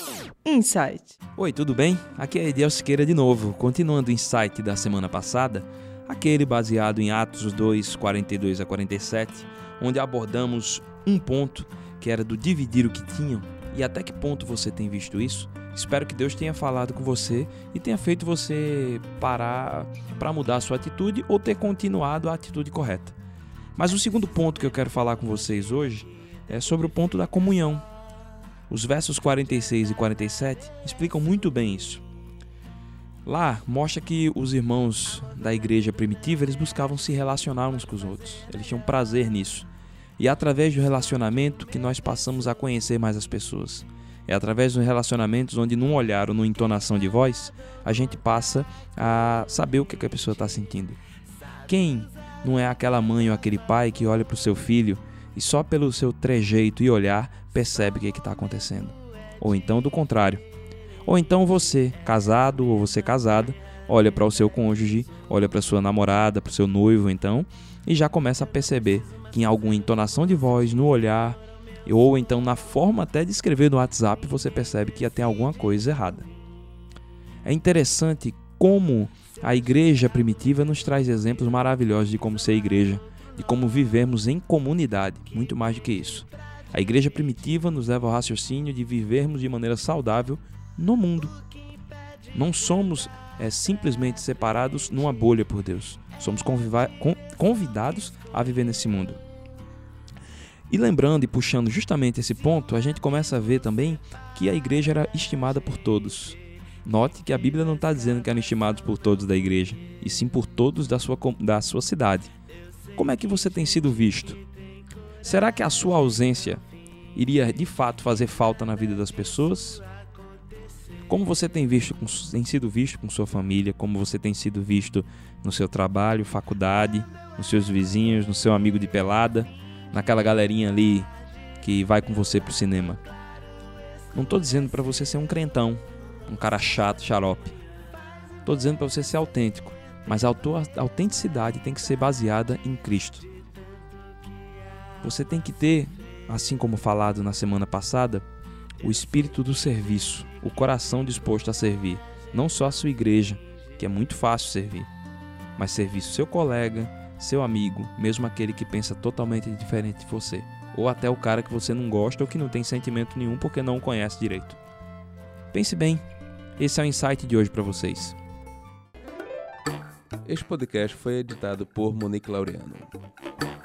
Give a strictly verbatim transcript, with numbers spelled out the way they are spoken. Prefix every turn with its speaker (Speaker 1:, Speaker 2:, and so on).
Speaker 1: Insight.
Speaker 2: Oi, tudo bem? Aqui é Ediel Siqueira de novo, continuando o Insight da semana passada, aquele baseado em Atos dois, quarenta e dois a quarenta e sete, onde abordamos um ponto que era do dividir o que tinham. E até que ponto você tem visto isso? Espero que Deus tenha falado com você e tenha feito você parar para mudar a sua atitude ou ter continuado a atitude correta. Mas o segundo ponto que eu quero falar com vocês hoje é sobre o ponto da comunhão. Os versos quarenta e seis e quarenta e sete explicam muito bem isso. Lá mostra que os irmãos da igreja primitiva, eles buscavam se relacionar uns com os outros. Eles tinham prazer nisso. E é através do relacionamento que nós passamos a conhecer mais as pessoas. É através dos relacionamentos onde num olhar ou numa entonação de voz, a gente passa a saber o que a pessoa está sentindo. Quem não é aquela mãe ou aquele pai que olha para o seu filho e só pelo seu trejeito e olhar percebe o que está acontecendo? Ou então do contrário. Ou então você, casado ou você casada, olha para o seu cônjuge, olha para sua namorada, para o seu noivo então, e já começa a perceber que em alguma entonação de voz, no olhar, ou então na forma até de escrever no WhatsApp, você percebe que tem alguma coisa errada. É interessante como a igreja primitiva nos traz exemplos maravilhosos de como ser igreja, de como vivermos em comunidade, muito mais do que isso. A igreja primitiva nos leva ao raciocínio de vivermos de maneira saudável no mundo. Não somos é, simplesmente separados numa bolha por Deus. Somos conviva- convidados a viver nesse mundo. E lembrando e puxando justamente esse ponto, a gente começa a ver também que a igreja era estimada por todos. Note que a Bíblia não está dizendo que eram estimados por todos da igreja, e sim por todos da sua, da sua cidade. Como é que você tem sido visto? Será que a sua ausência iria de fato fazer falta na vida das pessoas? Como você tem, visto, tem sido visto com sua família? Como você tem sido visto no seu trabalho, faculdade, nos seus vizinhos, no seu amigo de pelada, naquela galerinha ali que vai com você pro cinema? Não estou dizendo para você ser um crentão, um cara chato, xarope. Estou dizendo para você ser autêntico, mas a autenticidade tem que ser baseada em Cristo. Você tem que ter, assim como falado na semana passada, o espírito do serviço, o coração disposto a servir, não só a sua igreja, que é muito fácil servir, mas servir seu colega, seu amigo, mesmo aquele que pensa totalmente diferente de você, ou até o cara que você não gosta ou que não tem sentimento nenhum porque não o conhece direito. Pense bem, esse é o insight de hoje para vocês.
Speaker 3: Este podcast foi editado por Monique Laureano.